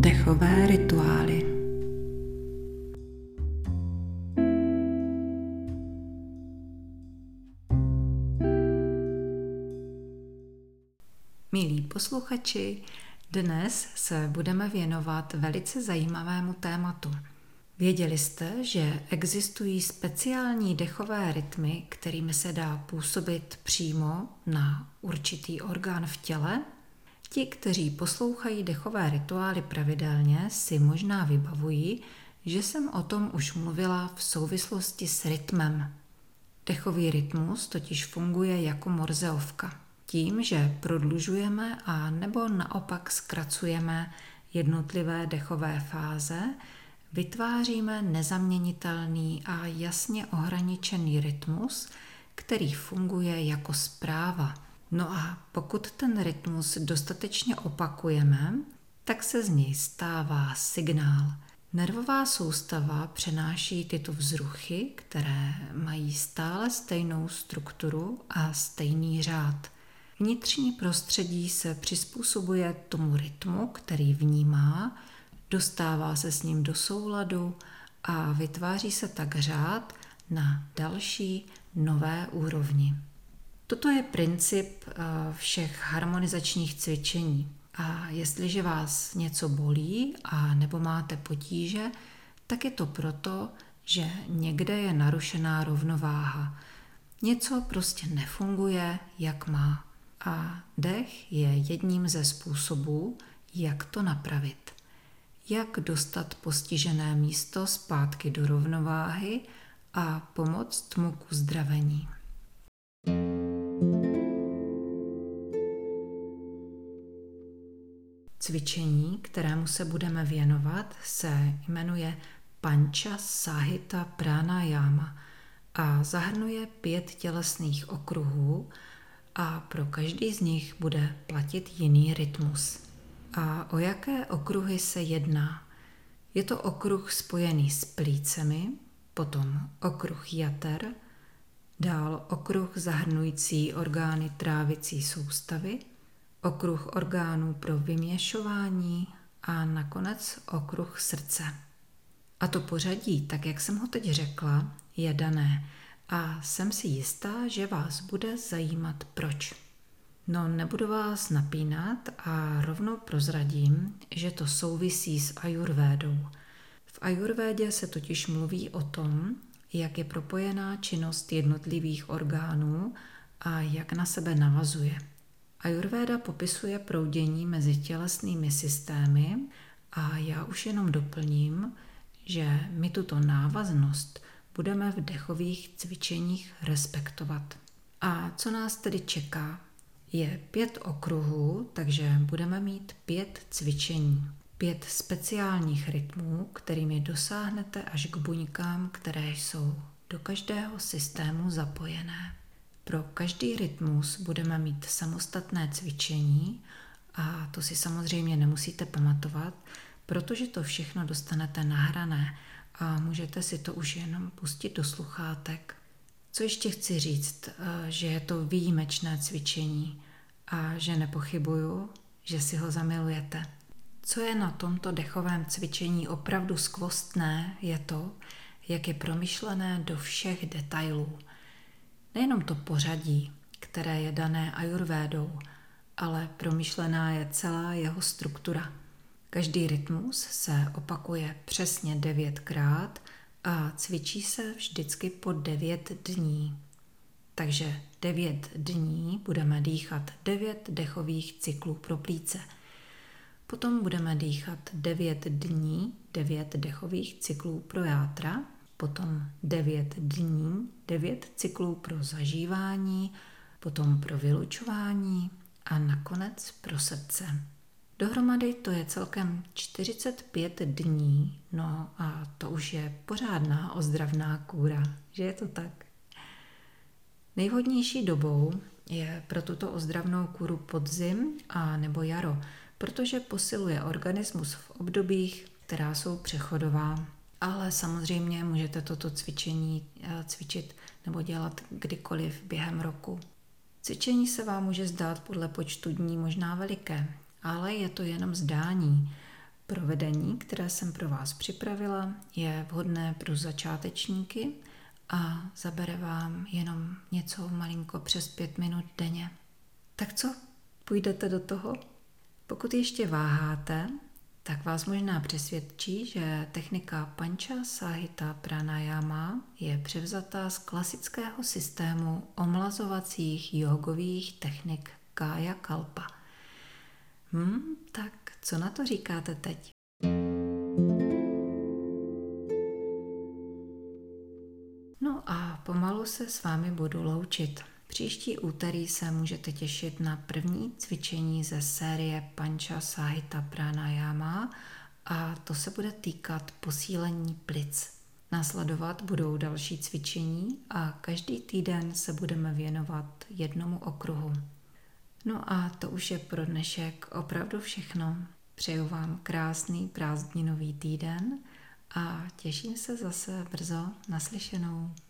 Dechové rituály. Milí posluchači, dnes se budeme věnovat velice zajímavému tématu. Věděli jste, že existují speciální dechové rytmy, kterými se dá působit přímo na určitý orgán v těle? Ti, kteří poslouchají dechové rituály pravidelně, si možná vybavují, že jsem o tom už mluvila v souvislosti s rytmem. Dechový rytmus totiž funguje jako morzeovka. Tím, že prodlužujeme a nebo naopak zkracujeme jednotlivé dechové fáze, vytváříme nezaměnitelný a jasně ohraničený rytmus, který funguje jako správa. No a pokud ten rytmus dostatečně opakujeme, tak se z něj stává signál. Nervová soustava přenáší tyto vzruchy, které mají stále stejnou strukturu a stejný řád. Vnitřní prostředí se přizpůsobuje tomu rytmu, který vnímá, dostává se s ním do souladu a vytváří se tak řád na další nové úrovni. Toto je princip všech harmonizačních cvičení. A jestliže vás něco bolí a nebo máte potíže, tak je to proto, že někde je narušená rovnováha. Něco prostě nefunguje, jak má. A dech je jedním ze způsobů, jak to napravit. Jak dostat postižené místo zpátky do rovnováhy a pomoct mu k uzdravení. Cvičení, kterému se budeme věnovat, se jmenuje Panča Sáhita Pranayama a zahrnuje 5 tělesných okruhů a pro každý z nich bude platit jiný rytmus. A o jaké okruhy se jedná? Je to okruh spojený s plícemi, potom okruh jater, dál okruh zahrnující orgány trávicí soustavy, okruh orgánů pro vyměšování a nakonec okruh srdce. A to pořadí, tak jak jsem ho teď řekla, je dané a jsem si jistá, že vás bude zajímat proč. No, nebudu vás napínat a rovnou prozradím, že to souvisí s ajurvédou. V ajurvédě se totiž mluví o tom, jak je propojená činnost jednotlivých orgánů a jak na sebe navazuje. Ajurvéda popisuje proudění mezi tělesnými systémy a já už jenom doplním, že my tuto návaznost budeme v dechových cvičeních respektovat. A co nás tedy čeká? Je 5 okruhů, takže budeme mít 5 cvičení. 5 speciálních rytmů, kterými dosáhnete až k buňkám, které jsou do každého systému zapojené. Pro každý rytmus budeme mít samostatné cvičení a to si samozřejmě nemusíte pamatovat, protože to všechno dostanete nahrané a můžete si to už jenom pustit do sluchátek. Co ještě chci říct, že je to výjimečné cvičení a že nepochybuju, že si ho zamilujete. Co je na tomto dechovém cvičení opravdu skvostné, je to, jak je promyšlené do všech detailů. Nejenom to pořadí, které je dané ajurvédou, ale promyšlená je celá jeho struktura. Každý rytmus se opakuje přesně 9krát a cvičí se vždycky po 9 dní. Takže 9 dní budeme dýchat 9 dechových cyklů pro plíce. Potom budeme dýchat 9 dní 9 dechových cyklů pro játra, potom 9 dní 9 cyklů pro zažívání, potom pro vylučování a nakonec pro srdce. Dohromady to je celkem 45 dní, no a to už je pořádná ozdravná kúra, že je to tak? Nejvhodnější dobou je pro tuto ozdravnou kúru podzim a nebo jaro, protože posiluje organismus v obdobích, která jsou přechodová. Ale samozřejmě můžete toto cvičení cvičit nebo dělat kdykoliv během roku. Cvičení se vám může zdát podle počtu dní možná veliké, ale je to jenom zdání. Provedení, které jsem pro vás připravila, je vhodné pro začátečníky a zabere vám jenom něco malinko přes 5 minut denně. Tak co, půjdete do toho? Pokud ještě váháte, tak vás možná přesvědčí, že technika Panča Sáhita Pranayama je převzatá z klasického systému omlazovacích jógových technik Kája Kalpa. Tak co na to říkáte teď? No a pomalu se s vámi budu loučit. Příští úterý se můžete těšit na první cvičení ze série Panča Sáhita Pranayama a to se bude týkat posílení plic. Následovat budou další cvičení a každý týden se budeme věnovat jednomu okruhu. No a to už je pro dnešek opravdu všechno. Přeju vám krásný prázdninový týden a těším se zase brzo naslyšenou.